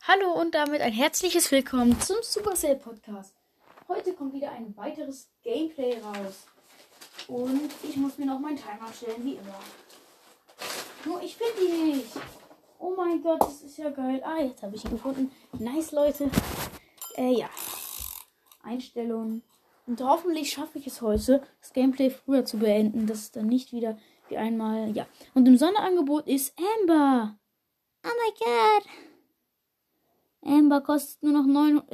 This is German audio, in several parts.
Hallo und damit ein herzliches Willkommen zum Supercell Podcast. Heute kommt wieder ein weiteres Gameplay raus. Und ich muss mir noch meinen Timer stellen, wie immer. Nur ich finde ihn nicht. Oh mein Gott, das ist ja geil. Jetzt habe ich ihn gefunden. Nice, Leute. Ja. Einstellungen. Und hoffentlich schaffe ich es heute, das Gameplay früher zu beenden. Das ist dann nicht wieder wie einmal. Ja. Und im Sonderangebot ist Amber. Oh mein Gott. Amber kostet nur noch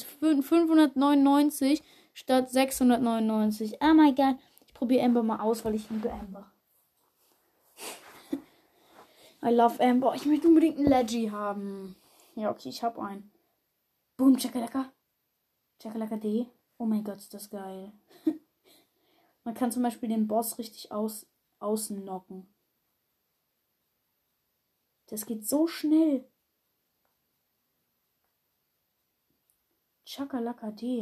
599 statt 699. Oh mein Gott. Ich probiere Amber mal aus, weil ich liebe Amber. I love Amber. Ich möchte unbedingt einen Leggy haben. Ja, okay, ich habe einen. Boom, Chakalaka. Chakalaka D. Oh mein Gott, ist das geil. Man kann zum Beispiel den Boss richtig außen knocken. Das geht so schnell. Chakalaka D.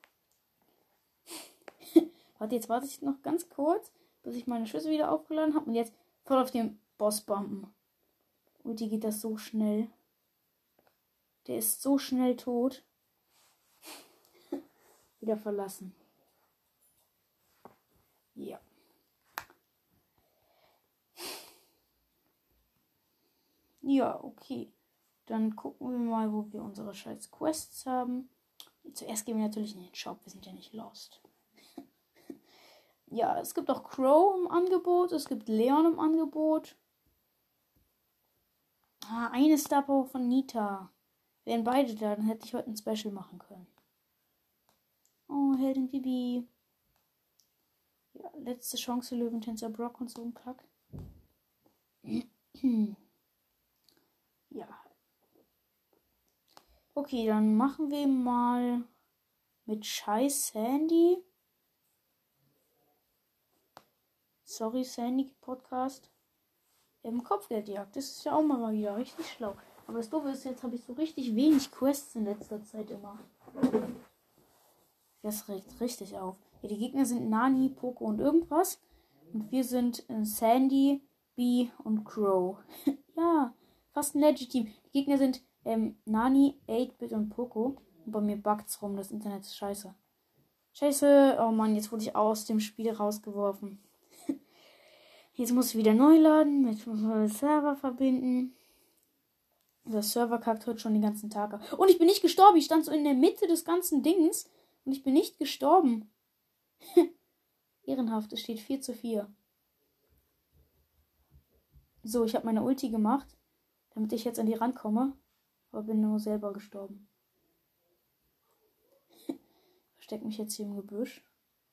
Jetzt warte ich noch ganz kurz, bis ich meine Schüsse wieder aufgeladen habe. Und jetzt voll auf den Boss bumpen. Und die geht das so schnell. Der ist so schnell tot. Wieder verlassen. Ja. Ja, okay. Dann gucken wir mal, wo wir unsere scheiß Quests haben. Zuerst gehen wir natürlich in den Shop. Wir sind ja nicht lost. Ja, es gibt auch Crow im Angebot. Es gibt Leon im Angebot. Eine Star Power von Nita. Wären beide da, dann hätte ich heute ein Special machen können. Oh, Heldin Bibi. Ja, letzte Chance, Löwentänzer Brock und so ein Kack. Ja. Okay, dann machen wir mal mit Scheiß Sandy. Sorry, Sandy Podcast. Kopfgeldjagd. Das ist ja auch mal wieder richtig schlau. Aber das Doofe ist, jetzt habe ich so richtig wenig Quests in letzter Zeit immer. Das regt richtig auf. Ja, die Gegner sind Nani, Poco und irgendwas. Und wir sind Sandy, Bee und Crow. Ja, fast ein Legit-Team. Die Gegner sind Nani, 8-Bit und Poco. Und bei mir bugt's rum. Das Internet ist scheiße. Scheiße. Oh Mann, jetzt wurde ich aus dem Spiel rausgeworfen. Jetzt muss ich wieder neu laden. Mit Server verbinden. Der Server kackt heute schon den ganzen Tag ab. Und ich bin nicht gestorben. Ich stand so in der Mitte des ganzen Dings. Und ich bin nicht gestorben. Ehrenhaft. Es steht 4:4. So, ich habe meine Ulti gemacht, damit ich jetzt an die rankomme. Aber bin nur selber gestorben. Versteck mich jetzt hier im Gebüsch.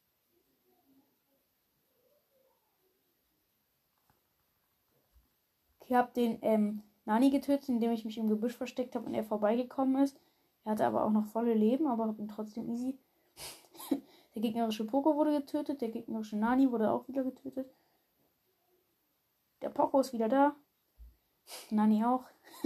Ich habe den Nani getötet, indem ich mich im Gebüsch versteckt habe und er vorbeigekommen ist. Er hatte aber auch noch volle Leben, aber habe ihn trotzdem easy. Der gegnerische Poco wurde getötet, der gegnerische Nani wurde auch wieder getötet. Der Poco ist wieder da. Nani auch.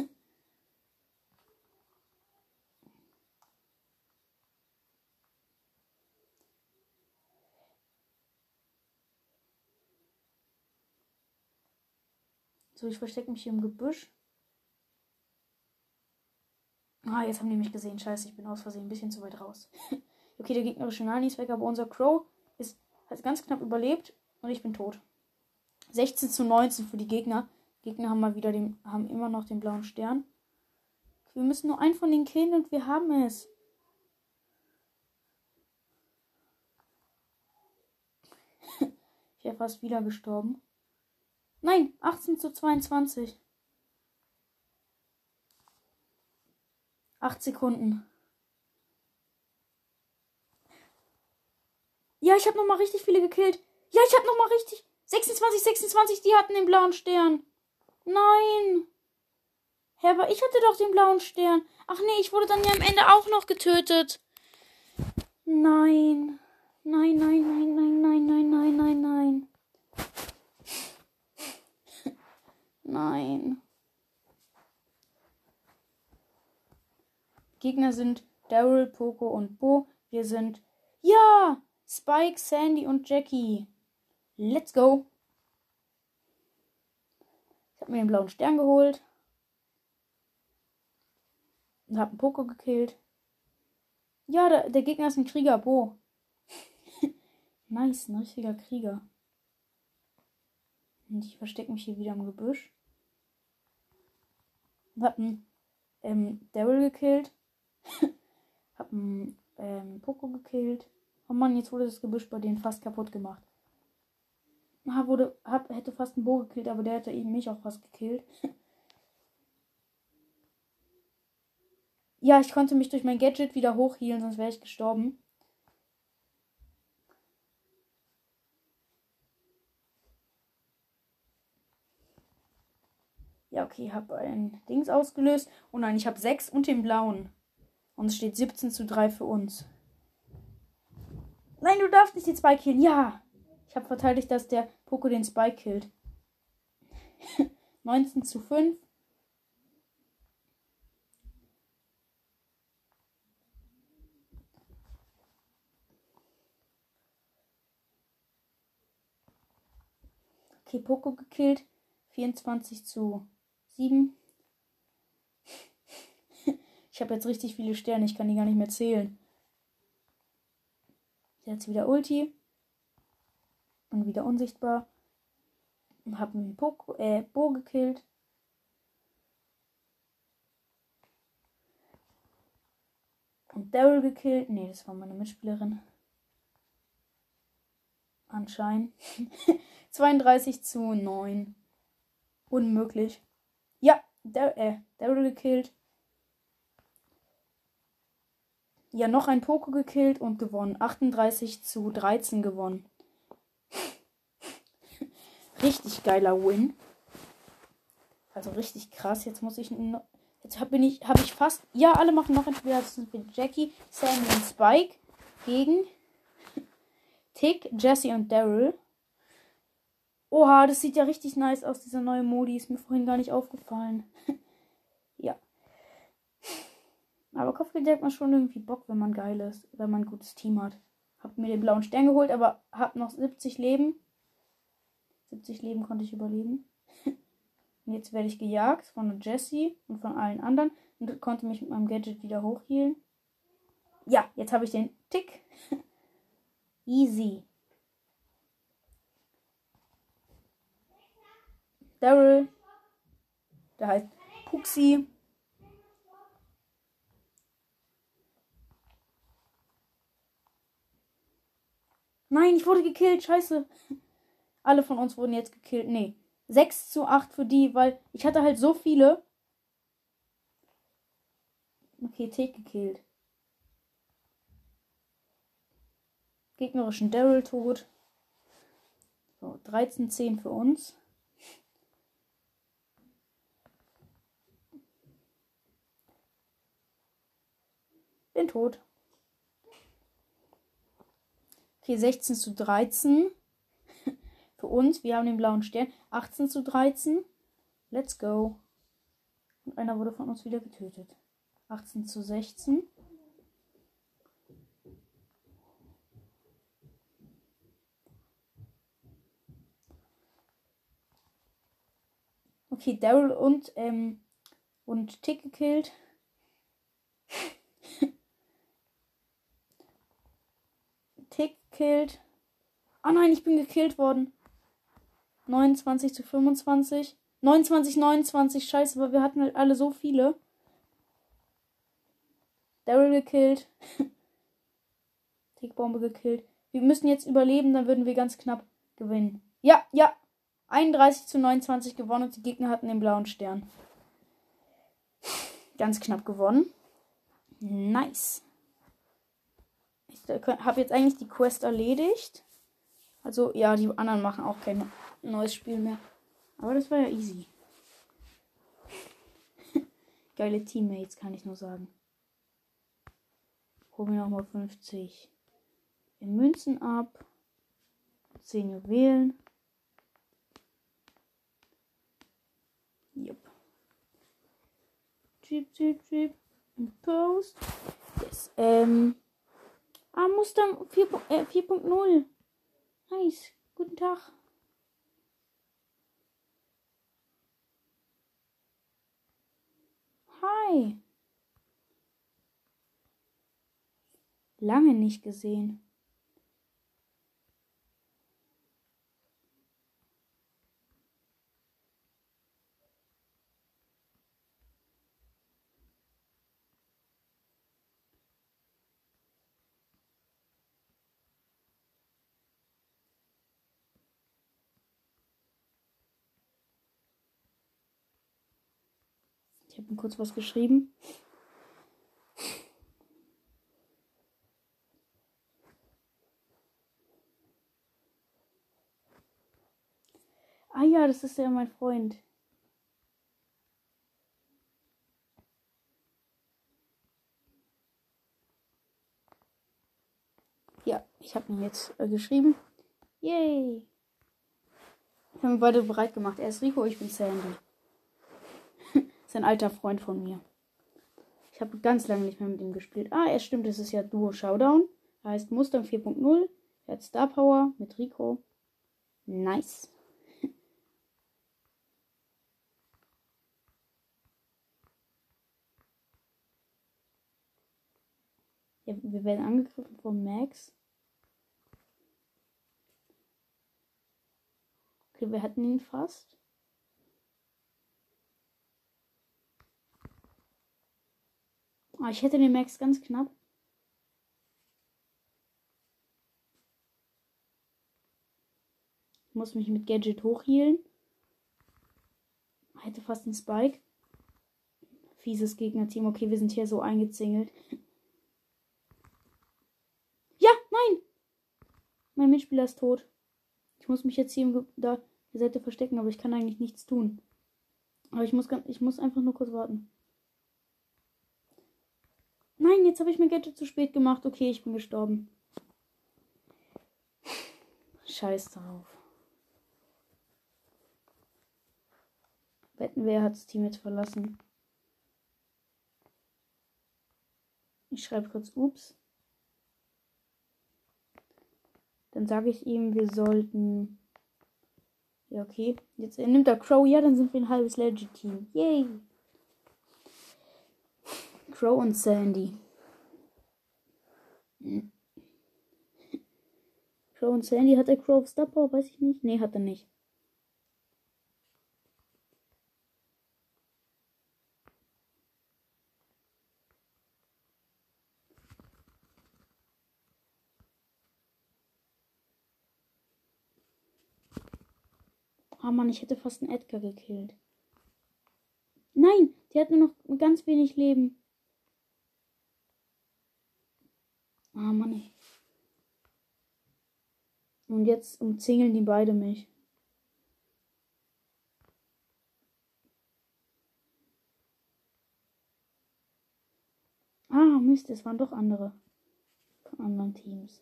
So, ich verstecke mich hier im Gebüsch. Jetzt haben die mich gesehen. Scheiße, ich bin aus Versehen ein bisschen zu weit raus. Okay, der gegnerische Nani ist weg, aber unser Crow hat ganz knapp überlebt und ich bin tot. 16:19 für die Gegner. Die Gegner haben immer noch den blauen Stern. Wir müssen nur einen von denen killen und wir haben es. Ich wäre fast wieder gestorben. Nein, 18:22. 8 Sekunden. Ja, ich habe nochmal richtig viele gekillt. Ja, ich habe nochmal richtig... 26, die hatten den blauen Stern. Nein. Hä, aber ich hatte doch den blauen Stern. Ach nee, ich wurde dann ja am Ende auch noch getötet. Nein. Nein, nein, nein, nein, nein, nein, nein, nein, nein. Nein. Gegner sind Daryl, Poco und Bo. Wir sind... Ja! Spike, Sandy und Jackie. Let's go. Ich habe mir den blauen Stern geholt. Und hab einen Poko gekillt. Ja, der Gegner ist ein Krieger, Bo. Nice, ein richtiger Krieger. Und ich verstecke mich hier wieder im Gebüsch. Und hab einen Daryl gekillt. Hab einen Poko gekillt. Oh Mann, jetzt wurde das Gebüsch bei denen fast kaputt gemacht. Hätte fast einen Bo gekillt, aber der hätte eben mich auch fast gekillt. Ja, ich konnte mich durch mein Gadget wieder hochhealen, sonst wäre ich gestorben. Ja, okay, ich habe ein Dings ausgelöst. Oh nein, ich habe 6 und den blauen. Und es steht 17:3 für uns. Nein, du darfst nicht den Spike killen. Ja! Ich habe verteidigt, dass der Poko den Spike killt. 19:5. Okay, Poko gekillt. 24:7. Ich habe jetzt richtig viele Sterne. Ich kann die gar nicht mehr zählen. Jetzt wieder Ulti. Und wieder unsichtbar. Hab einen Bo gekillt. Und Daryl gekillt. Nee, das war meine Mitspielerin. Anscheinend. 32:9. Unmöglich. Ja, Daryl gekillt. Ja, noch ein Poko gekillt und gewonnen. 38:13 gewonnen. Richtig geiler Win. Also richtig krass. Jetzt muss ich noch. Jetzt habe ich fast. Ja, alle machen noch ein Spiel. Das sind mit Jackie, Sammy und Spike gegen Tick, Jesse und Daryl. Oha, das sieht ja richtig nice aus, dieser neue Modi. Ist mir vorhin gar nicht aufgefallen. Ja. Aber Kopfgeldjagd macht schon irgendwie Bock, wenn man geil ist. Wenn man ein gutes Team hat. Hab mir den blauen Stern geholt, aber hab noch 70 Leben. 70 Leben konnte ich überleben. Und jetzt werde ich gejagt von Jessie und von allen anderen. Und konnte mich mit meinem Gadget wieder hochhealen. Ja, jetzt habe ich den Tick. Easy. Daryl. Der heißt Puxi. Nein, ich wurde gekillt. Scheiße. Alle von uns wurden jetzt gekillt. Nee. 6:8 für die, weil ich hatte halt so viele. Okay, Tick gekillt. Gegnerischen Daryl tot. So, 13:10 für uns. Bin tot. Okay, 16:13 für uns. Wir haben den blauen Stern. 18:13. Let's go. Und einer wurde von uns wieder getötet. 18:16. Okay, Daryl und Tick gekillt. Tick gekillt. Oh nein, ich bin gekillt worden. 29:25. 29:29. Scheiße, aber wir hatten halt alle so viele. Daryl gekillt. Tickbombe gekillt. Wir müssen jetzt überleben, dann würden wir ganz knapp gewinnen. Ja. 31:29 gewonnen und die Gegner hatten den blauen Stern. Ganz knapp gewonnen. Nice. Ich habe jetzt eigentlich die Quest erledigt. Also, ja, die anderen machen auch kein neues Spiel mehr. Aber das war ja easy. Geile Teammates, kann ich nur sagen. Hol mir nochmal 50 in Münzen ab. 10 Juwelen. Jupp. Chip. Post. Yes. Mustang 4.0. Nice. Guten Tag. Hi. Lange nicht gesehen. Ich habe ihm kurz was geschrieben. Ah ja, das ist ja mein Freund. Ja, ich habe ihn jetzt geschrieben. Yay! Wir haben beide bereit gemacht. Er ist Rico, ich bin Sandy. Ist ein alter Freund von mir. Ich habe ganz lange nicht mehr mit ihm gespielt. Ah, es stimmt, es ist ja Duo Showdown. Heißt Mustang 4.0. Er hat Star Power mit Rico. Nice. Ja, wir werden angegriffen von Max. Okay, wir hatten ihn fast. Ah, ich hätte den Max ganz knapp. Ich muss mich mit Gadget hochhealen. Hätte fast einen Spike. Fieses Gegnerteam. Okay, wir sind hier so eingezingelt. Ja, nein! Mein Mitspieler ist tot. Ich muss mich jetzt hier da der Seite verstecken, aber ich kann eigentlich nichts tun. Aber ich muss einfach nur kurz warten. Nein, jetzt habe ich mein Gadget zu spät gemacht. Okay, ich bin gestorben. Scheiß drauf. Wetten, wer hat das Team jetzt verlassen? Ich schreibe kurz Ups. Dann sage ich ihm, wir sollten... Ja, okay. Jetzt nimmt er Crow. Ja, dann sind wir ein halbes Legend-Team. Yay! Crow und Sandy. Crow und Sandy. Hat er Crow auf Star Power? Weiß ich nicht. Nee, hat er nicht. Ah, Mann, ich hätte fast einen Edgar gekillt. Nein, der hat nur noch ganz wenig Leben. Ah, Mann, ey. Und jetzt umzingeln die beide mich. Ah, Mist, es waren doch andere. Von anderen Teams.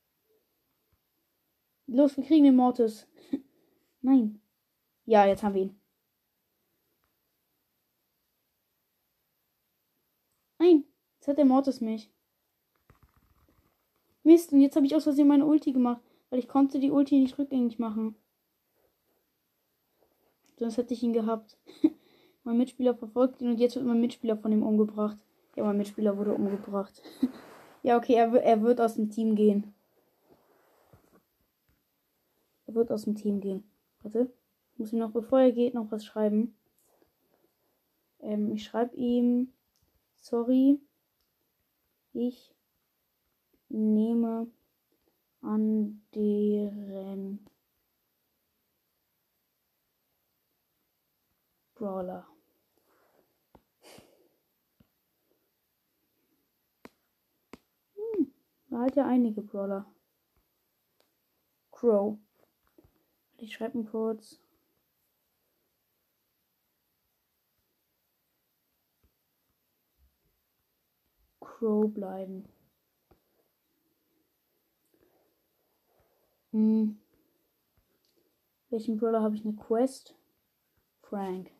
Los, wir kriegen den Mortis. Nein. Ja, jetzt haben wir ihn. Nein, jetzt hat der Mortis mich. Mist, und jetzt habe ich aus Versehen meine Ulti gemacht, weil ich konnte die Ulti nicht rückgängig machen. Sonst hätte ich ihn gehabt. Mein Mitspieler verfolgt ihn und jetzt wird mein Mitspieler von ihm umgebracht. Ja, mein Mitspieler wurde umgebracht. Ja, okay, er wird aus dem Team gehen. Er wird aus dem Team gehen. Warte, ich muss ihm noch, bevor er geht, noch was schreiben. Ich schreibe ihm, sorry, ich nehme an deren Brawler. Da hat ja einige Brawler. Crow. Ich schreibe ihn kurz. Crow bleiben. Welchen Brawler habe ich eine Quest? Frank.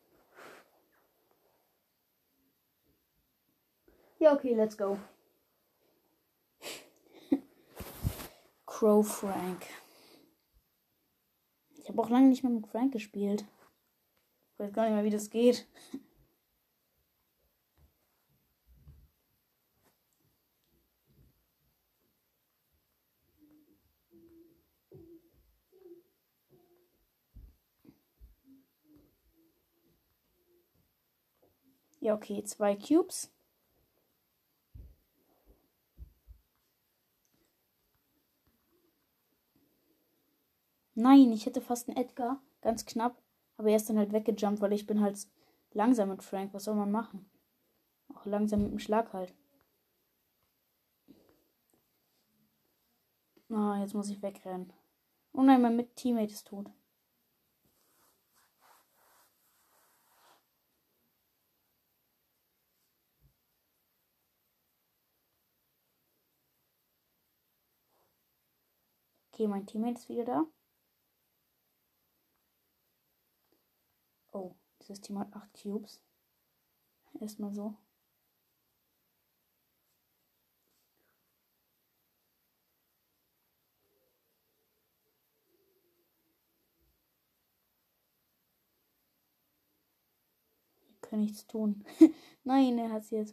Ja, okay, let's go. Crow Frank. Ich habe auch lange nicht mehr mit Frank gespielt. Ich weiß gar nicht mehr, wie das geht. Ja, okay, 2 Cubes. Nein, ich hätte fast einen Edgar. Ganz knapp. Aber er ist dann halt weggejumpt, weil ich bin halt langsam mit Frank. Was soll man machen? Auch langsam mit dem Schlag halt. Ah, jetzt muss ich wegrennen. Oh nein, mein Teammate ist tot. Okay, mein Teammate ist wieder da. Oh, dieses Team hat 8 Cubes. Erstmal so. Ich kann nichts tun. Nein, er hat es jetzt.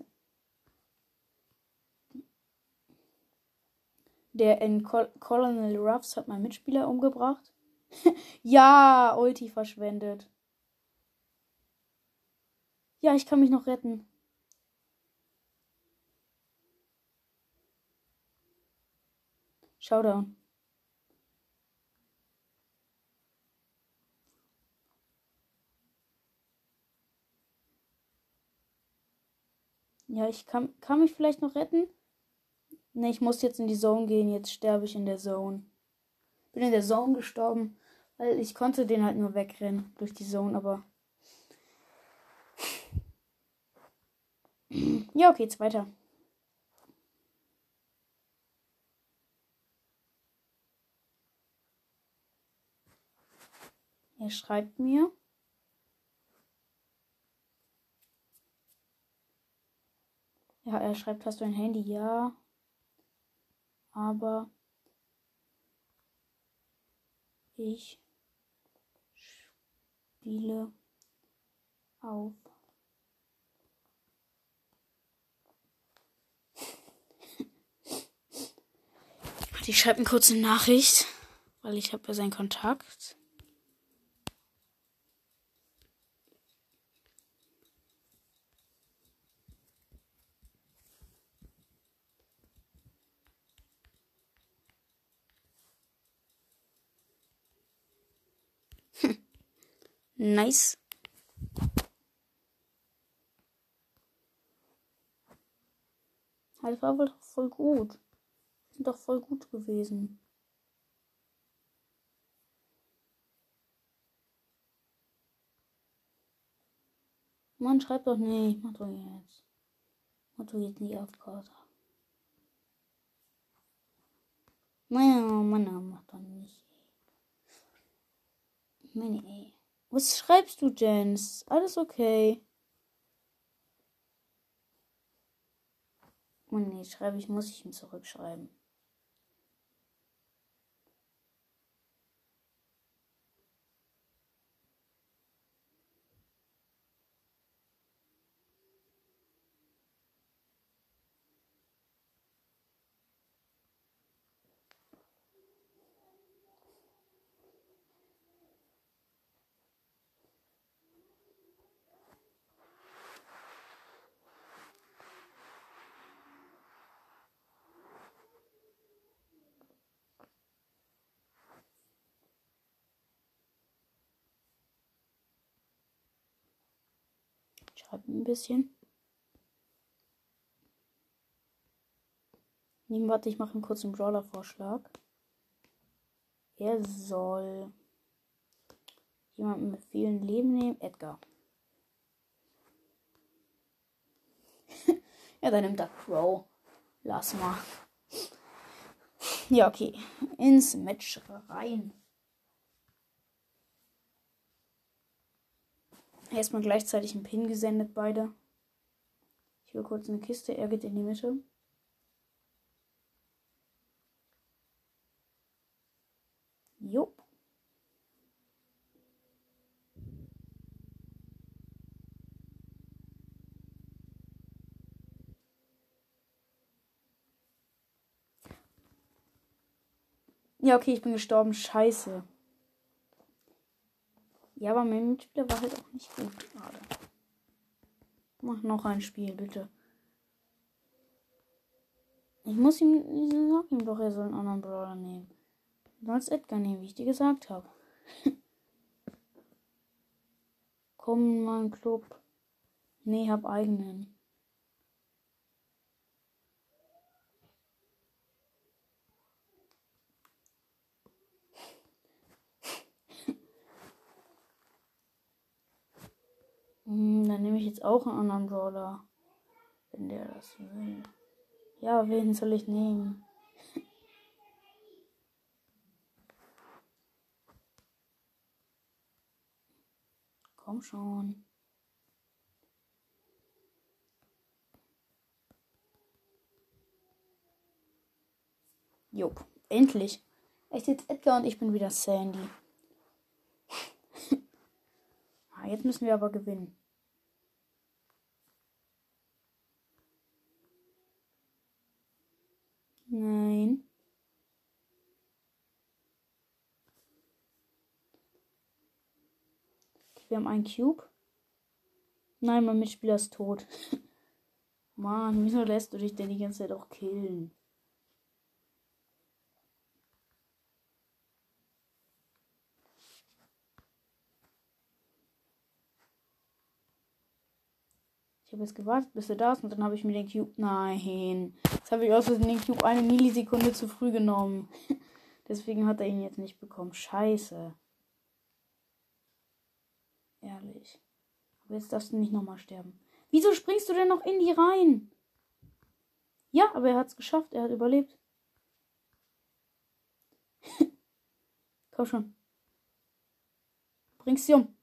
Der in Colonel Ruffs hat meinen Mitspieler umgebracht. Ja, Ulti verschwendet. Ja, ich kann mich noch retten. Showdown. Ja, ich kann mich vielleicht noch retten. Ne, ich muss jetzt in die Zone gehen. Jetzt sterbe ich in der Zone. Bin in der Zone gestorben, weil ich konnte den halt nur wegrennen durch die Zone, aber... Ja, okay, jetzt weiter. Er schreibt mir. Ja, er schreibt, hast du ein Handy? Ja. Aber ich spiele auf. Ich schreibe eine kurze Nachricht, weil ich habe ja seinen Kontakt. Nice. Das war wohl doch voll gut. Sind doch voll gut gewesen. Mann, schreib doch nicht. Mach doch jetzt. Mach doch jetzt nicht Aufkarte. Naja, Mann, mach doch nicht. Meine, ey. Was schreibst du denn? Ist alles okay? Oh nee, muss ich ihm zurückschreiben. Schreib ein bisschen. Nee, warte, ich mache einen kurzen Brawler-Vorschlag. Er soll jemanden mit vielen Leben nehmen. Edgar. Ja, dann nimmt er Crow. Lass mal. Ja, okay. Ins Match rein. Erstmal gleichzeitig einen Pin gesendet, beide. Ich will kurz eine Kiste. Er geht in die Mitte. Jo. Ja, okay, ich bin gestorben. Scheiße. Ja, aber mein Mitspieler war halt auch nicht gut gerade. Mach noch ein Spiel, bitte. Ich muss ihm, ich sag ihm doch, er soll einen anderen Brawler nehmen. Du sollst Edgar nehmen, wie ich dir gesagt habe. Komm in meinen Club. Nee, hab eigenen. Dann nehme ich jetzt auch einen anderen Brawler. Wenn der das will. Ja, wen soll ich nehmen? Komm schon. Jupp, endlich. Echt jetzt Edgar und ich bin wieder Sandy. Jetzt müssen wir aber gewinnen. Nein. Okay, wir haben einen Cube. Nein, mein Mitspieler ist tot. Mann, wieso lässt du dich denn die ganze Zeit auch killen? Ich habe jetzt gewartet, bis er da ist und dann habe ich mir den Cube... Nein. Jetzt habe ich aus Versehen den Cube eine Millisekunde zu früh genommen. Deswegen hat er ihn jetzt nicht bekommen. Scheiße. Ehrlich. Aber jetzt darfst du nicht nochmal sterben. Wieso springst du denn noch in die rein? Ja, aber er hat es geschafft. Er hat überlebt. Komm schon. Bringst sie um.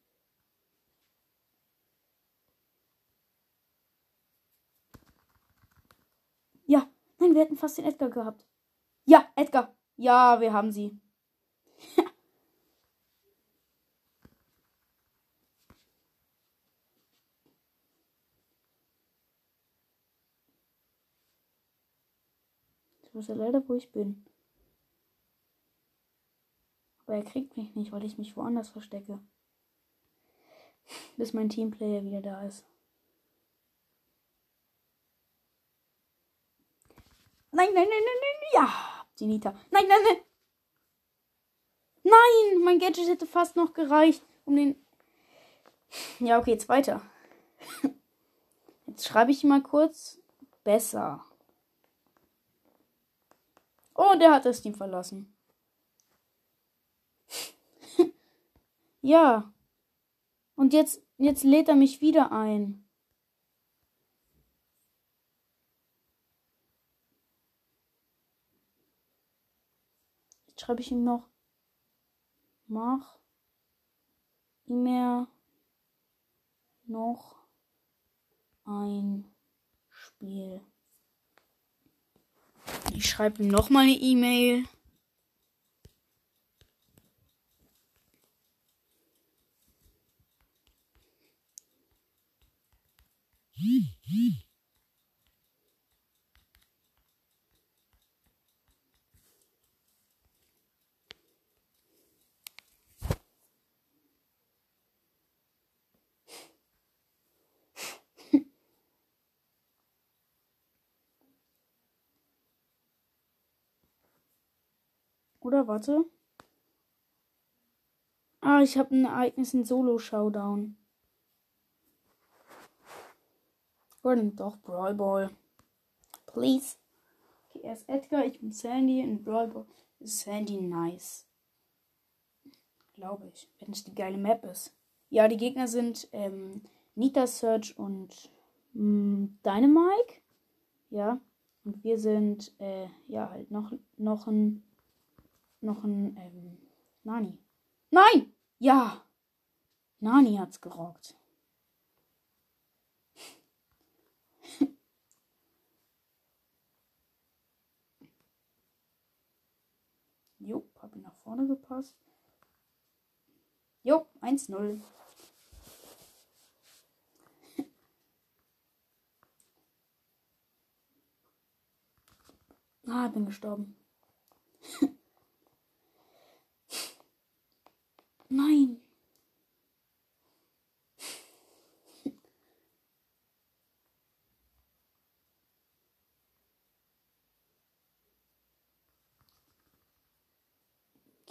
Ja. Nein, wir hätten fast den Edgar gehabt. Ja, Edgar. Ja, wir haben sie. Ich weiß ja leider, wo ich bin. Aber er kriegt mich nicht, weil ich mich woanders verstecke. Bis mein Teamplayer wieder da ist. Nein, nein, nein, nein, nein. Ja, die Nita. Nein, nein, nein. Nein, mein Gadget hätte fast noch gereicht, um den... Ja, okay, jetzt weiter. Jetzt schreibe ich mal kurz. Besser. Oh, der hat das Team verlassen. Ja. Und jetzt lädt er mich wieder ein. Jetzt schreibe ich ihm noch. Mach immer noch ein Spiel. Ich schreibe ihm nochmal eine E-Mail. Oder warte. Ah, ich habe ein Ereignis in Solo-Showdown. Oder doch Brawl Ball. Please. Okay, er ist Edgar, ich bin Sandy. In Brawl Ball ist Sandy nice. Glaube ich. Wenn es die geile Map ist. Ja, die Gegner sind Nita, Search und Dynamike. Ja. Und wir sind, ja, halt noch ein Nani. Nein! Ja! Nani hat's gerockt. Jo, hab ihn nach vorne gepasst. Jo, 1-0. Ah, bin gestorben. Nein.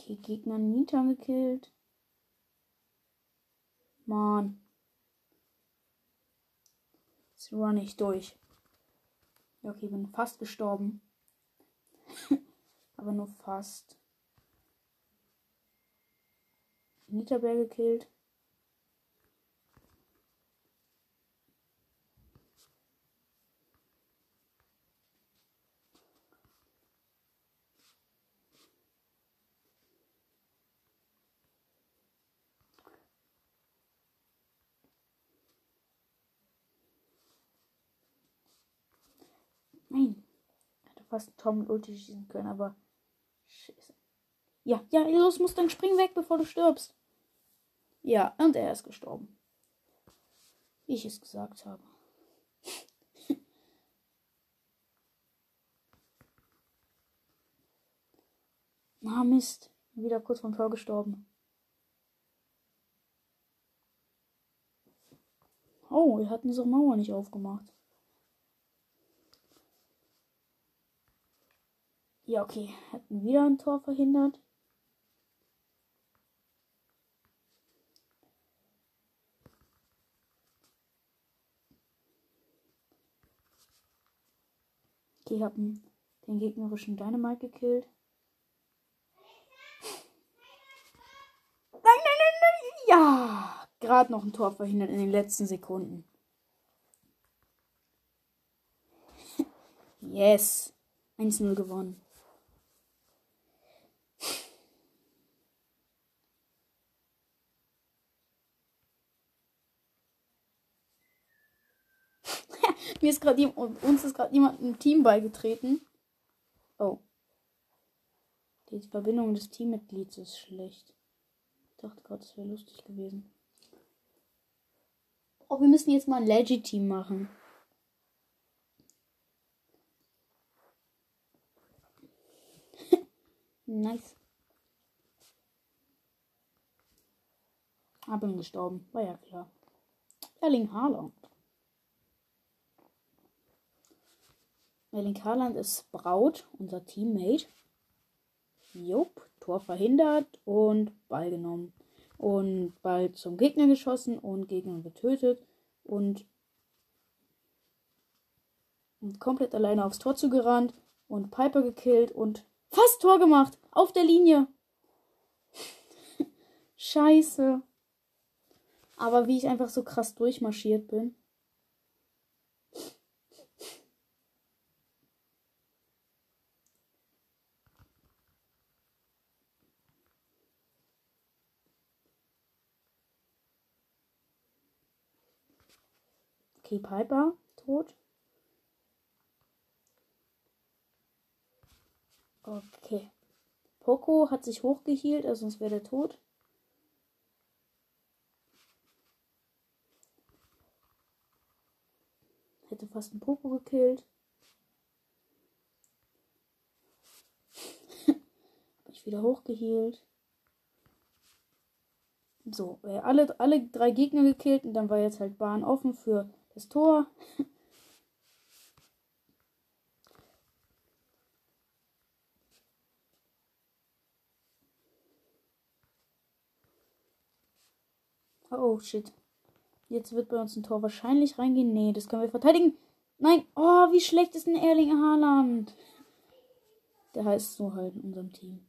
Okay, Gegner Nita gekillt. Mann. Jetzt run ich durch. Ja, okay, bin fast gestorben. Aber nur fast. Nita Bär gekillt. Nein. Ich hätte fast Tom mit Ulti schießen können, aber. Scheiße. Ja, los, musst dann spring weg, bevor du stirbst. Ja, und er ist gestorben. Wie ich es gesagt habe. Ah, Mist. Wieder kurz vom Tor gestorben. Oh, wir hatten unsere Mauer nicht aufgemacht. Ja, okay. Hätten wieder ein Tor verhindert. Okay, haben den gegnerischen Dynamite gekillt. Nein. Ja, gerade noch ein Tor verhindert in den letzten Sekunden. Yes. 1-0 gewonnen. Uns ist gerade jemand im Team beigetreten. Oh. Die Verbindung des Teammitglieds ist schlecht. Ich dachte gerade, das wäre lustig gewesen. Oh, wir müssen jetzt mal ein Legit-Team machen. Nice. Bin gestorben. War ja klar. Erling Haaland. Erling Haaland ist Sprout, unser Teammate. Jupp, Tor verhindert und Ball genommen. Und Ball zum Gegner geschossen und Gegner getötet. Und komplett alleine aufs Tor zugerannt. Und Piper gekillt und fast Tor gemacht. Auf der Linie. Scheiße. Aber wie ich einfach so krass durchmarschiert bin. Okay, Piper, tot. Okay. Poco hat sich hochgehielt, also sonst wäre der tot. Hätte fast einen Poco gekillt. Hab ich wieder hochgehielt. So, alle 3 Gegner gekillt und dann war jetzt halt Bahn offen für das Tor. Oh, shit. Jetzt wird bei uns ein Tor wahrscheinlich reingehen. Nee, das können wir verteidigen. Nein. Oh, wie schlecht ist ein Erling Haaland. Der heißt so halt in unserem Team.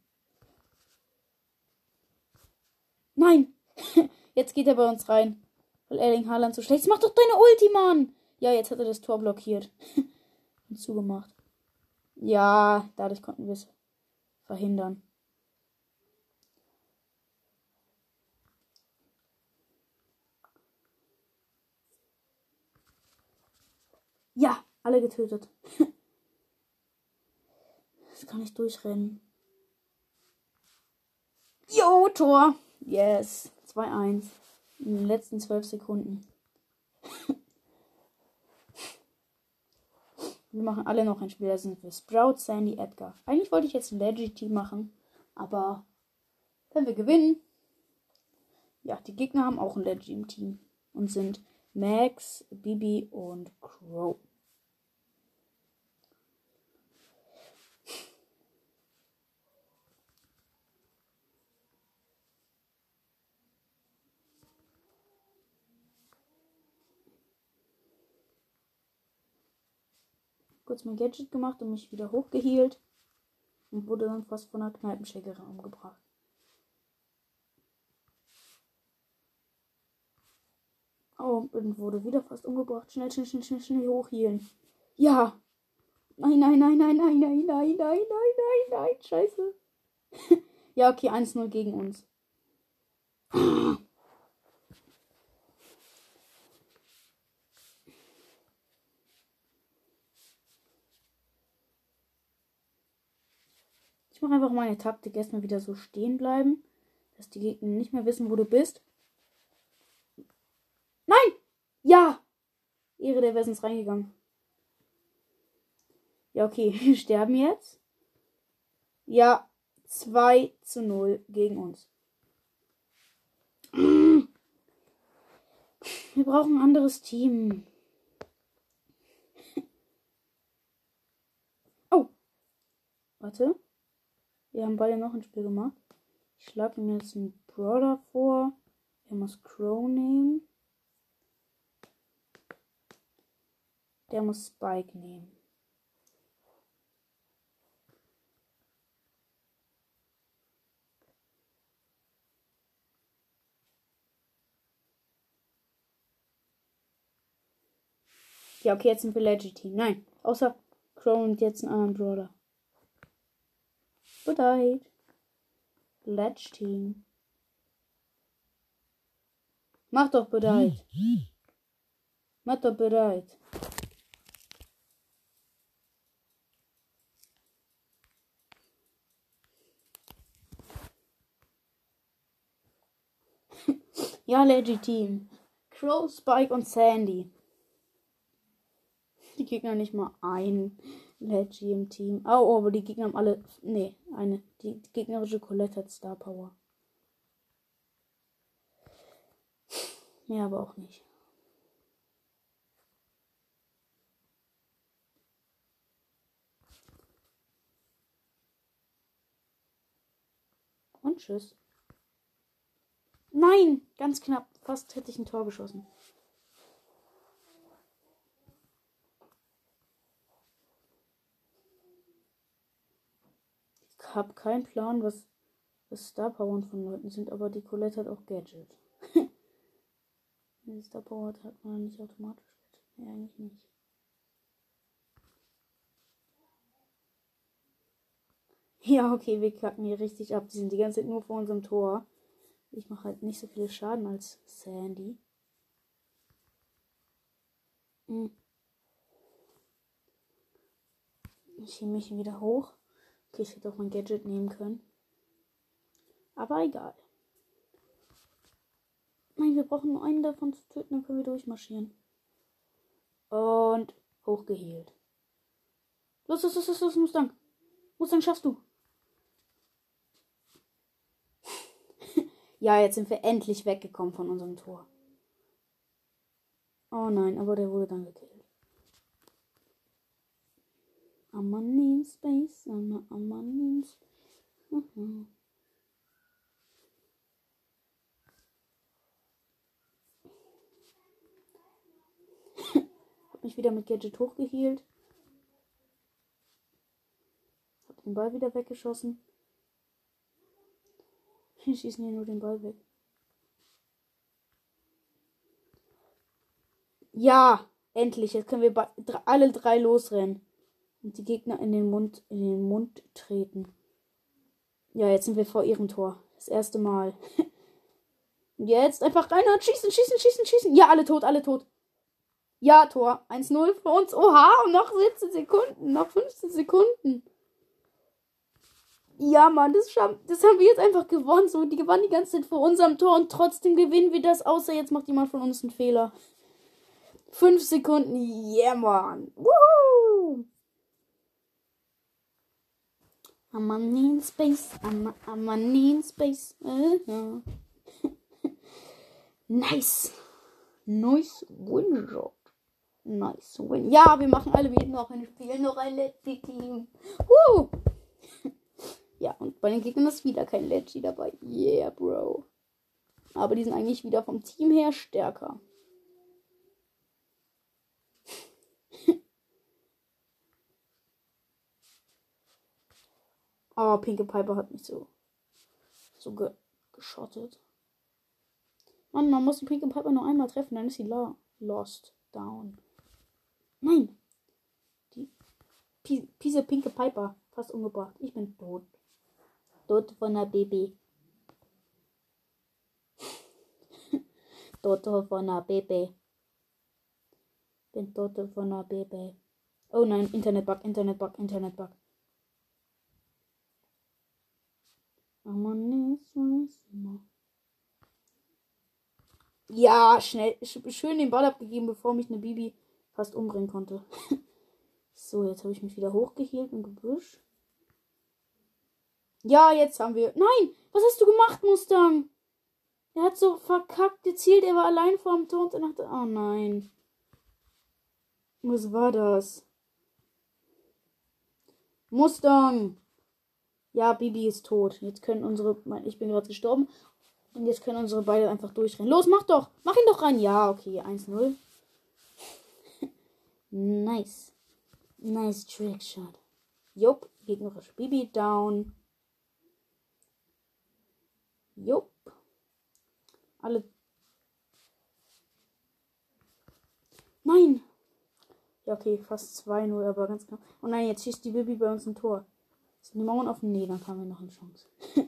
Nein. Jetzt geht er bei uns rein. Weil Erling Haaland so schlecht ist. Mach doch deine Ulti, Mann. Ja, jetzt hat er das Tor blockiert. Und zugemacht. Ja, dadurch konnten wir es verhindern. Ja, alle getötet. Jetzt kann ich durchrennen. Jo, Tor. Yes. 2-1. In den letzten 12 Sekunden. Wir machen alle noch ein Spiel. Das sind wir Sprout, Sandy, Edgar. Eigentlich wollte ich jetzt ein Legit-Team machen. Aber wenn wir gewinnen. Ja, die Gegner haben auch ein Legit-Team. Und sind Max, Bibi und Crow. kurz mein Gadget gemacht und mich wieder hochgehealt. Und wurde dann fast von einer Kneipenschlägerin umgebracht. Oh, und wurde wieder fast umgebracht. Schnell, schnell, schnell, schnell, schnell hochhealen. Ja. Nein, nein, nein, nein, nein, nein, nein, nein, nein, nein, nein, scheiße. Ja, okay, 1-0 gegen uns. Ich mache einfach meine Taktik. Erstmal wieder so stehen bleiben, dass die Gegner nicht mehr wissen, wo du bist. Nein! Ja! Ehre, der wäre sonst reingegangen. Ja, okay, wir sterben jetzt. Ja, 2-0 gegen uns. Wir brauchen ein anderes Team. Oh. Warte. Wir haben beide noch ein Spiel gemacht. Ich schlage ihm jetzt einen Brawler vor. Er muss Crow nehmen. Der muss Spike nehmen. Ja, okay, jetzt sind wir Legit-Team. Nein, außer Crow und jetzt einen anderen Brawler. Bereit. Ledge-Team. Mach doch bereit. Mach doch bereit. Ja, Legit-Team. Crow, Spike und Sandy. Die Gegner nicht mal ein Legit im Team. Oh, aber die Gegner haben alle... Nee, eine. Die gegnerische Colette hat Star Power. Ja, aber auch nicht. Und tschüss. Nein, ganz knapp. Fast hätte ich ein Tor geschossen. Ich habe keinen Plan, was Star Power von Leuten sind, aber die Colette hat auch Gadget. Wenn sie Star Power hat man nicht automatisch Gadget. Nee, eigentlich nicht. Ja, okay, wir kacken hier richtig ab. Die sind die ganze Zeit nur vor unserem Tor. Ich mache halt nicht so viel Schaden als Sandy. Ich hebe mich wieder hoch. Okay, ich hätte auch mein Gadget nehmen können. Aber egal. Nein, wir brauchen nur einen davon zu töten, dann können wir durchmarschieren. Und hochgehealt. Los, los, los, los, los, Mustang. Mustang, schaffst du. Ja, jetzt sind wir endlich weggekommen von unserem Tor. Oh nein, aber der wurde dann gekillt. I'm in space, I'm in space. Hab mich wieder mit Gadget hochgehealt. Hab den Ball wieder weggeschossen. Wir schießen hier nur den Ball weg. Ja, endlich. Jetzt können wir alle drei losrennen. Und die Gegner in den Mund treten. Ja, jetzt sind wir vor ihrem Tor. Das erste Mal. Und jetzt einfach rein und schießen, schießen, schießen, schießen. Ja, alle tot, alle tot. Ja, Tor. 1-0 für uns. Oha, und noch 17 Sekunden. Noch 15 Sekunden. Ja, Mann, das haben wir jetzt einfach gewonnen. So, die gewannen die ganze Zeit vor unserem Tor und trotzdem gewinnen wir das. Außer jetzt macht jemand von uns einen Fehler. 5 Sekunden. Yeah, Mann. Woohoo! I'm in space. I'm in space. Nice. Nice win, Job. Nice win. Ja, wir machen alle wieder noch ein Spiel. Noch ein Legit Team. Woo! Ja, und bei den Gegnern ist wieder kein Legit dabei. Yeah, Bro. Aber die sind eigentlich wieder vom Team her stärker. Oh, Pinke Piper hat mich so geschottet. Mann, man muss die Pinke Piper nur einmal treffen, dann ist sie lost. Down. Nein! Diese Pinke Piper. Fast umgebracht. Ich bin tot. Tot von der Baby. Tot von der Baby. Bin tot von der Baby. Oh nein, Internetbug. Ja, schnell. Schön den Ball abgegeben, bevor mich eine Bibi fast umbringen konnte. So, jetzt habe ich mich wieder hochgehielt im Gebüsch. Ja, jetzt haben wir... Nein! Was hast du gemacht, Mustang? Er hat so verkackt gezielt. Er war allein vor dem Tor und er dachte... Oh nein. Was war das? Mustang! Ja, Bibi ist tot. Jetzt können ich bin gerade gestorben. Und jetzt können unsere beide einfach durchrennen. Los, mach doch! Mach ihn doch rein! Ja, okay, 1-0. Nice. Nice Trickshot. Jupp, gegnerische Bibi down. Jupp. Alle. Nein! Ja, okay, fast 2-0, aber ganz knapp. Oh nein, jetzt schießt die Bibi bei uns ein Tor. Sind die Mauern offen? Nee, dann haben wir noch eine Chance.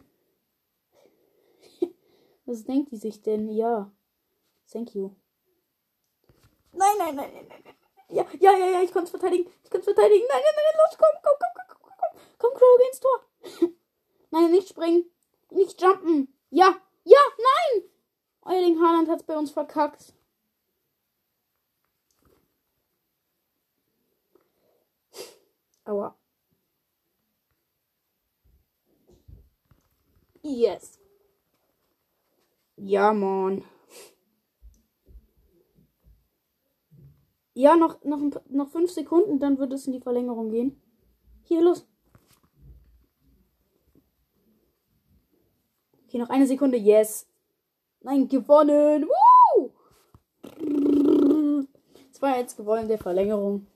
Was denkt die sich denn? Ja. Thank you. Nein. Ja, ich konnte es verteidigen. Nein, los, komm, Crow, geh ins Tor. Nein, nicht springen. Nicht jumpen. Ja, nein. Erling Haaland hat es bei uns verkackt. Aua. Yes. Ja, Mann. Ja, noch 5 Sekunden, dann wird es in die Verlängerung gehen. Hier, los. Okay, noch 1 Sekunde. Yes. Nein, gewonnen. Woo! 2-1 gewonnen der Verlängerung.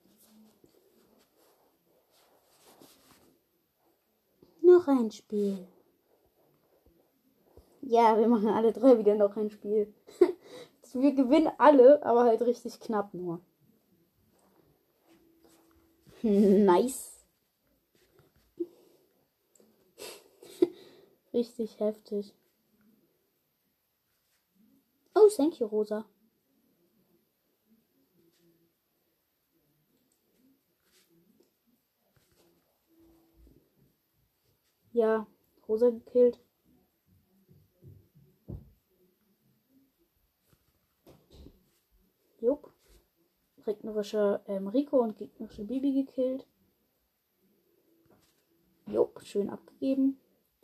Noch ein Spiel. Ja, wir machen alle 3 wieder noch ein Spiel. Wir gewinnen alle, aber halt richtig knapp nur. Nice. Richtig heftig. Oh, thank you, Rosa. Ja, Rosa gekillt. Jupp. Gegnerische Rico und gegnerische Bibi gekillt. Jupp, schön abgegeben.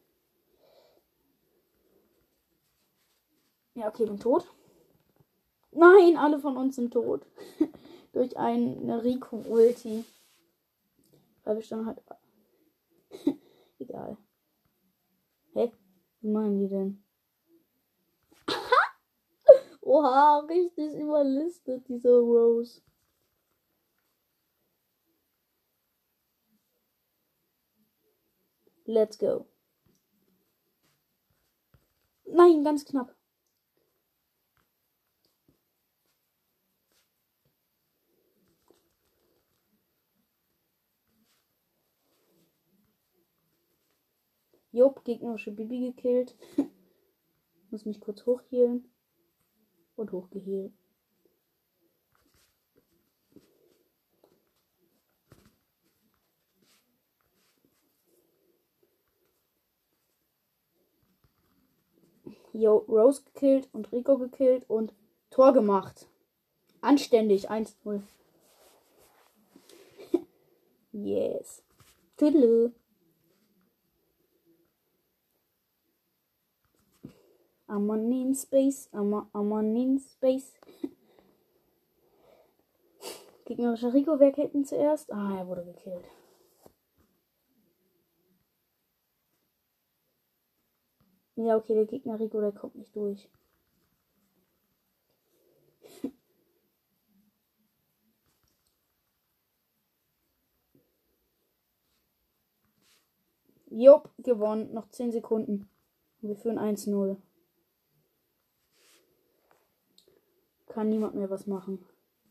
Ja, okay, bin tot. Nein, alle von uns sind tot. Durch eine Rico-Ulti. Weil wir schon halt... Egal. Hä? Wie machen die denn? Oha, richtig überlistet, diese Rose. Let's go. Nein, ganz knapp. Jupp, gegnerische Bibi gekillt. Muss mich kurz hochhealen. Und hochgehealt. Jo, Rose gekillt und Rico gekillt und Tor gemacht. Anständig, 1-0. Yes. Tüdelü. I'm on in space. I'm on in space. Gegnerischer Rico, wer killt ihn zuerst? Ah, er wurde gekillt. Ja, okay, der Gegner Rico, der kommt nicht durch. Jupp, gewonnen. Noch 10 Sekunden. Und wir führen 1-0. Kann niemand mehr was machen.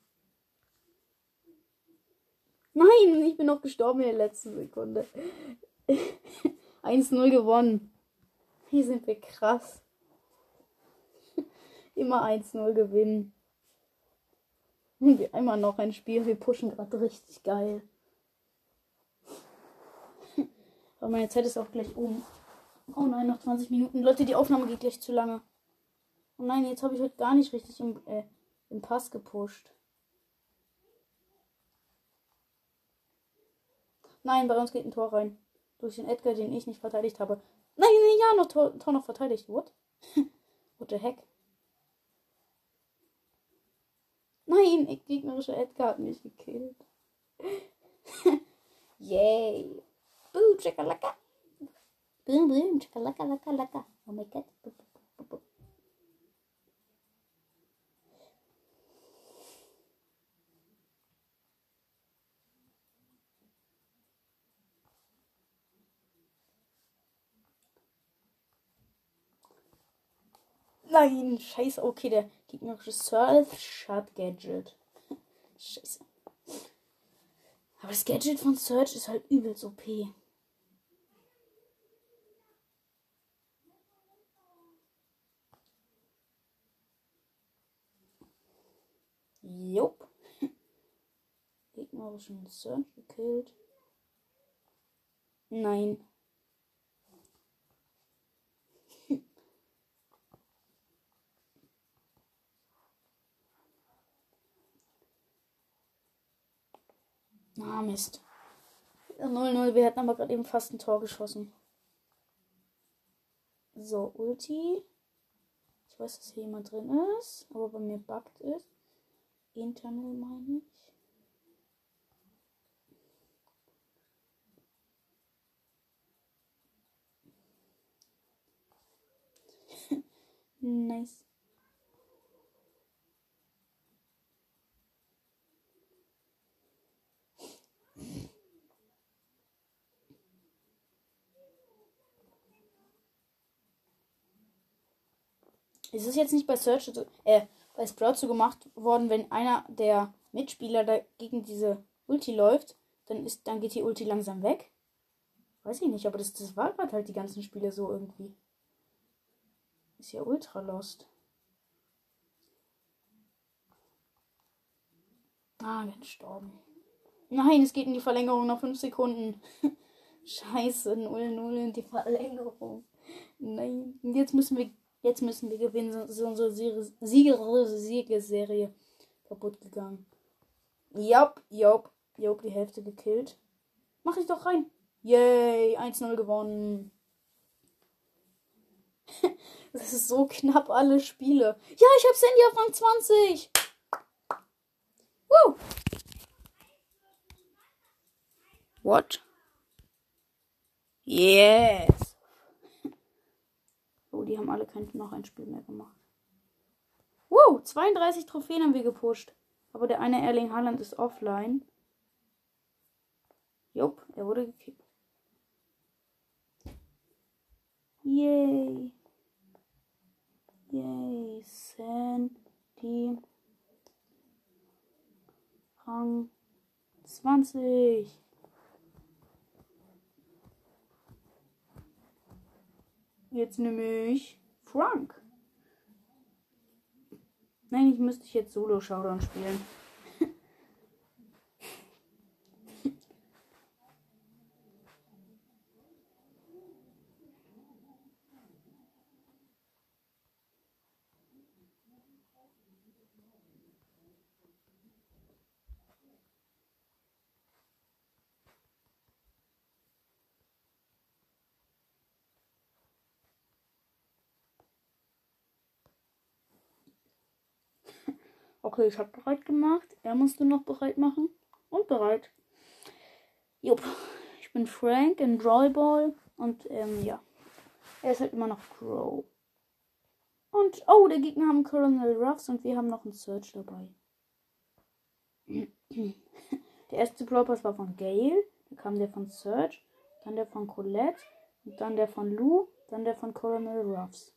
Nein, ich bin noch gestorben in der letzten Sekunde. 1-0 gewonnen. Hier sind wir krass. Immer 1-0 gewinnen. Und wir einmal noch ein Spiel. Wir pushen gerade richtig geil. Aber meine Zeit ist auch gleich um. Oh nein, noch 20 Minuten. Leute, die Aufnahme geht gleich zu lange. Oh nein, jetzt habe ich heute gar nicht richtig im Pass gepusht. Nein, bei uns geht ein Tor rein. Durch den Edgar, den ich nicht verteidigt habe. Nein, ja, noch Tor noch verteidigt. What? What the heck? Nein, gegnerischer Edgar hat mich gekillt. Yay. Boom, chakalaka. Boom, boom, chakalaka, laka, laka. Oh my god. Nein, scheiße. Okay, der gegnerische Surge hat Gadget. Scheiße. Aber das Gadget von Surge ist halt übelst OP. Jupp. Gegnerischen Surge gekillt. Nein. Ah, Mist. 0-0, wir hätten aber gerade eben fast ein Tor geschossen. So, Ulti. Ich weiß, dass hier jemand drin ist, aber bei mir buggt ist. Internal meine ich. Nice. Es ist jetzt nicht bei Search, bei Sprout so gemacht worden, wenn einer der Mitspieler da gegen diese Ulti läuft, dann geht die Ulti langsam weg. Weiß ich nicht, aber das war gerade halt die ganzen Spiele so irgendwie. Ist ja ultra lost. Ah, wir gestorben. Nein, es geht in die Verlängerung noch 5 Sekunden. Scheiße, 0-0 in die Verlängerung. Nein, jetzt müssen wir gewinnen, so unsere Siegesserie kaputt gegangen. Jupp, die Hälfte gekillt. Mach ich doch rein. Yay, 1-0 gewonnen. Das ist so knapp alle Spiele. Ja, ich hab Sandy auf Rang 20. Woo. What? Yes. Oh, die haben alle noch ein Spiel mehr gemacht. Wow, 32 Trophäen haben wir gepusht. Aber der eine Erling Haaland ist offline. Jupp, er wurde gekickt. Yay. Yay, Sandy. Rang 20. Jetzt nehme ich Frank. Nein, ich müsste jetzt Solo-Showdown spielen. Okay, ich habe bereit gemacht. Er musste noch bereit machen. Und bereit. Jupp. Ich bin Frank in Brawlball. Und ja. Er ist halt immer noch Crow. Und, oh, der Gegner haben Colonel Ruffs und wir haben noch einen Search dabei. Der erste Brawl Pass war von Gale. Dann kam der von Search. dann der von Colette, und dann der von Lou, dann der von Colonel Ruffs.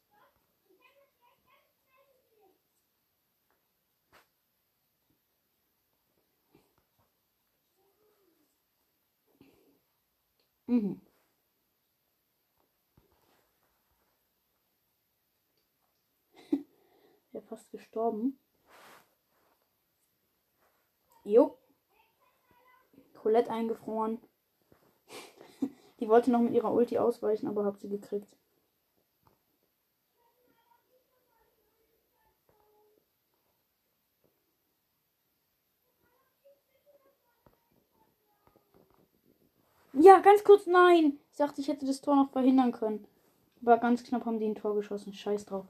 Mhm. Der ist fast gestorben. Jo. Colette eingefroren. Die wollte noch mit ihrer Ulti ausweichen, aber hab sie gekriegt. Ja, ganz kurz, nein. Ich dachte, ich hätte das Tor noch verhindern können. Aber ganz knapp haben die ein Tor geschossen. Scheiß drauf.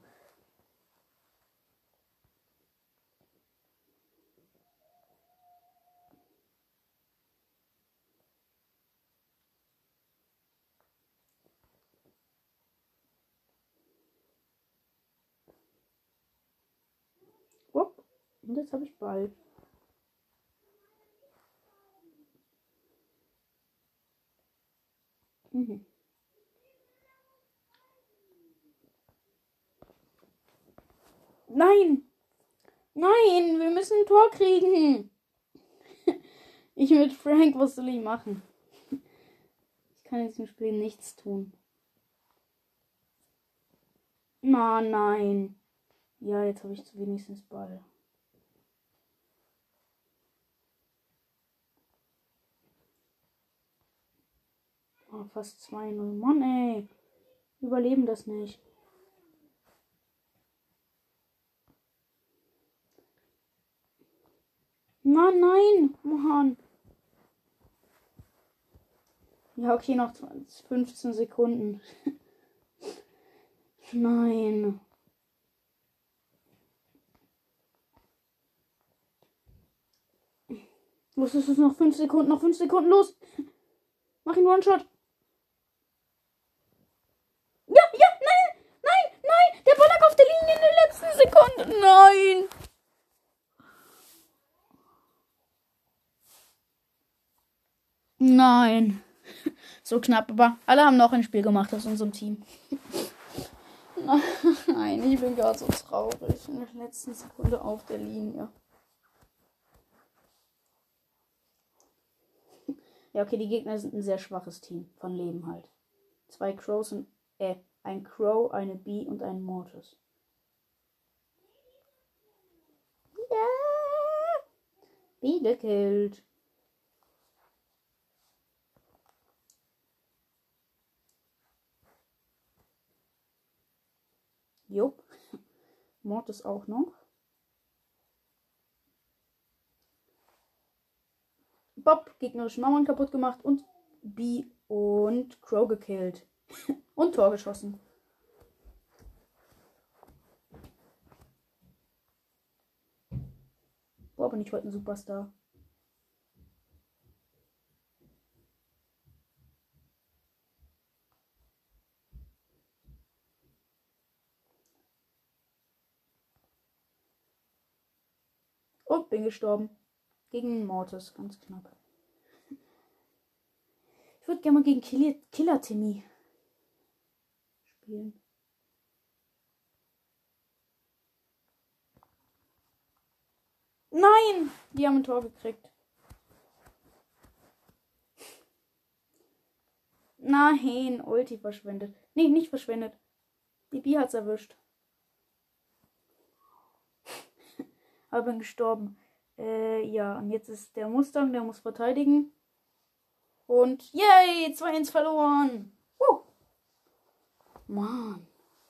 Upp. Und jetzt habe ich Ball. Mhm. Nein! Nein! Wir müssen ein Tor kriegen! Ich mit Frank, was soll ich machen? Ich kann jetzt im Spiel nichts tun. Na, nein. Ja, jetzt habe ich wenigstens Ball. Oh, fast 2-0. Mann, ey. Überleben das nicht. Mann, nein. Mann. Ja, okay, noch 15 Sekunden. Nein. Los, es ist noch 5 Sekunden, noch 5 Sekunden, los. Mach ihn One-Shot. Ja, ja, nein, nein, nein. Der Ball lag auf der Linie in der letzten Sekunde. Nein. Nein. So knapp, aber alle haben noch ein Spiel gemacht aus unserem Team. Nein, ich bin gerade so traurig. In der letzten Sekunde auf der Linie. Ja, okay, die Gegner sind ein sehr schwaches Team. Von Leben halt. 2 Crows und, ein Crow, eine Bee und ein Mortis. Ja! Bee gekillt. Jupp. Mortis auch noch. Bob, gegnerische Mauern kaputt gemacht und Bee und Crow gekillt. Und Tor geschossen. Boah, bin ich heute ein Superstar. Und bin gestorben. Gegen Mortis, ganz knapp. Ich würde gerne mal gegen Killer Timmy spielen. Nein! Die haben ein Tor gekriegt. Nein, Ulti verschwendet. Nee, nicht verschwendet. Bibi hat's erwischt. Aber bin gestorben. Ja, und jetzt ist der Mustang, der muss verteidigen. Und yay, 2-1 verloren. Mann.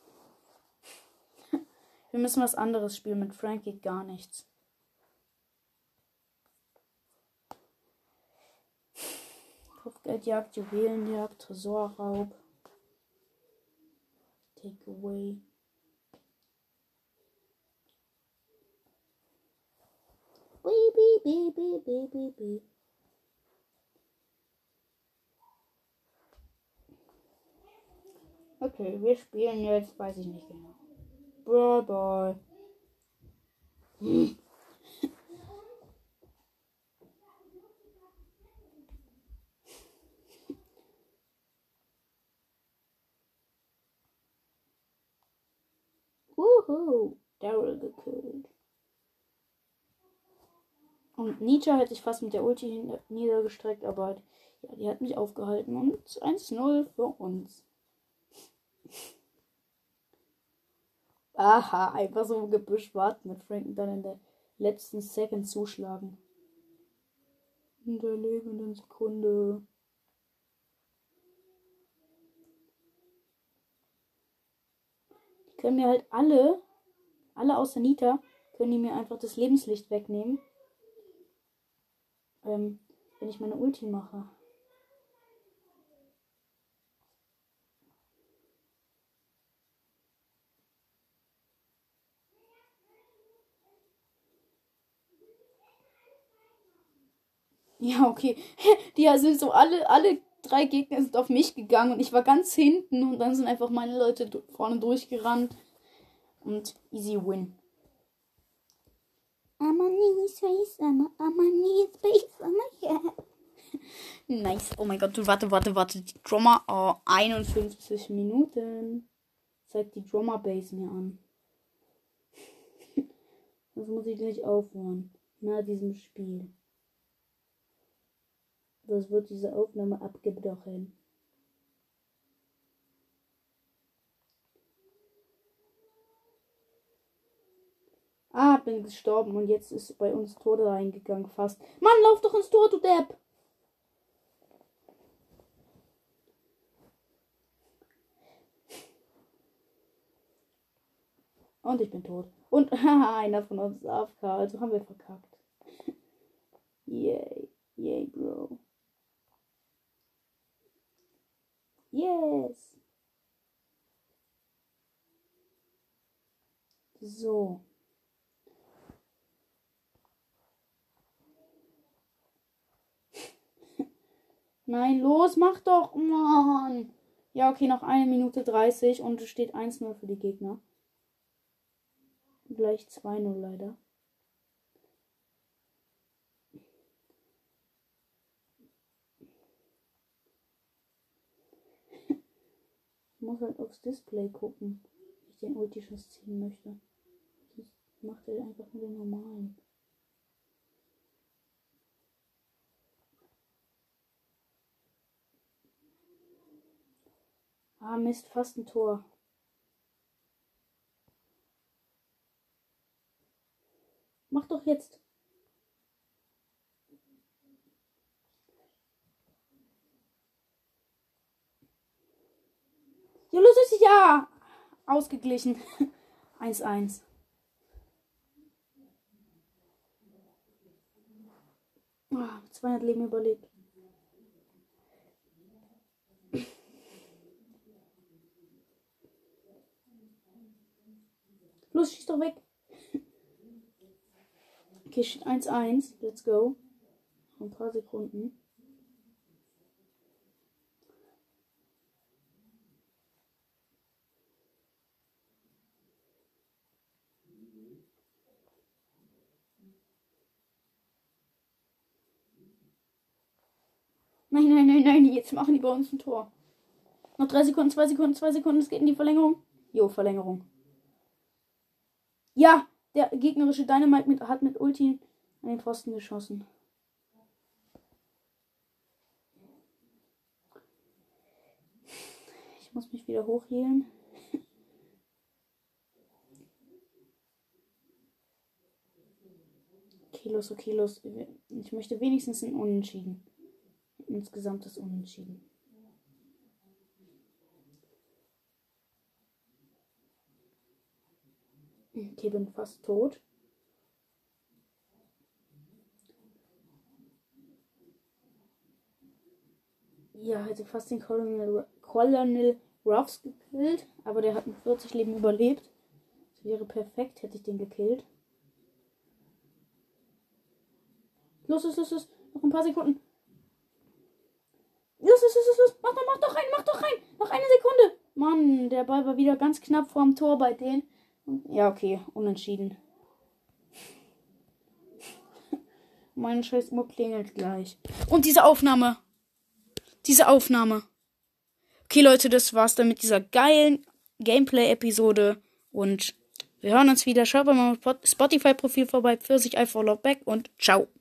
Wir müssen was anderes spielen. Mit Frank geht gar nichts. Kopfgeldjagd, Juwelenjagd, Tresorraub. Takeaway. Baby. Okay, wir spielen jetzt, weiß ich nicht genau. Brawl Ball. voll gekillt. Und Nietzsche hätte ich fast mit der Ulti niedergestreckt, aber ja, die hat mich aufgehalten. Und 1-0 für uns. Aha, einfach so im Gebüsch warten mit Frank und dann in der letzten Second zuschlagen. In der lebenden Sekunde. Die können mir halt alle außer Nita, können die mir einfach das Lebenslicht wegnehmen. Wenn ich meine Ulti mache. Ja, okay. Die sind so alle 3 Gegner sind auf mich gegangen und ich war ganz hinten und dann sind einfach meine Leute vorne durchgerannt. Und easy win. I'm a knee space, I'm a knee space, yeah. Nice. Oh mein Gott, du warte. Die Drummer, 51 Minuten. Zeigt die Drummer Base mir an. Das muss ich gleich aufhören. Nach diesem Spiel. Das wird diese Aufnahme abgebrochen. Bin gestorben und jetzt ist bei uns Tor reingegangen fast. Mann, lauf doch ins Tor, du Depp! Und ich bin tot. Und einer von uns ist AFK, also haben wir verkackt. Yay, Bro. Yes. So. Nein, los, mach doch, Mann. Ja, okay, noch 1 Minute 30 und es steht 1-0 für die Gegner. Gleich 2-0 leider. Ich muss halt aufs Display gucken, wenn ich den Ulti-Schuss ziehen möchte. Ich mache halt einfach nur den normalen. Mist, fast ein Tor. Mach doch jetzt. Ja, los ist ja. Ausgeglichen. 1-1. Oh, 200 Leben überlebt. Los, schieß doch weg. Okay, steht 1-1. Let's go. Noch ein paar Sekunden. Nein. Jetzt machen die bei uns ein Tor. Noch 3 Sekunden, 2 Sekunden, 2 Sekunden. Es geht in die Verlängerung. Jo, Verlängerung. Ja, der gegnerische Dynamite hat mit Ulti an den Pfosten geschossen. Ich muss mich wieder hochhielen. Okay, los. Ich möchte wenigstens ein Unentschieden. Insgesamt das Unentschieden. Okay, bin fast tot. Ja, hätte fast den Colonel Ruffs gekillt, aber der hat mit 40 Leben überlebt. Das wäre perfekt, hätte ich den gekillt. Los. Noch ein paar Sekunden. Los. Mach doch rein. Noch eine Sekunde. Mann, der Ball war wieder ganz knapp vorm Tor bei denen. Ja, okay, unentschieden. Meine scheiß Uhr klingelt gleich. Und diese Aufnahme. Okay, Leute, das war's dann mit dieser geilen Gameplay-Episode. Und Wir hören uns wieder. Schaut bei meinem Spotify-Profil vorbei. Pfirsich, I follow back und ciao.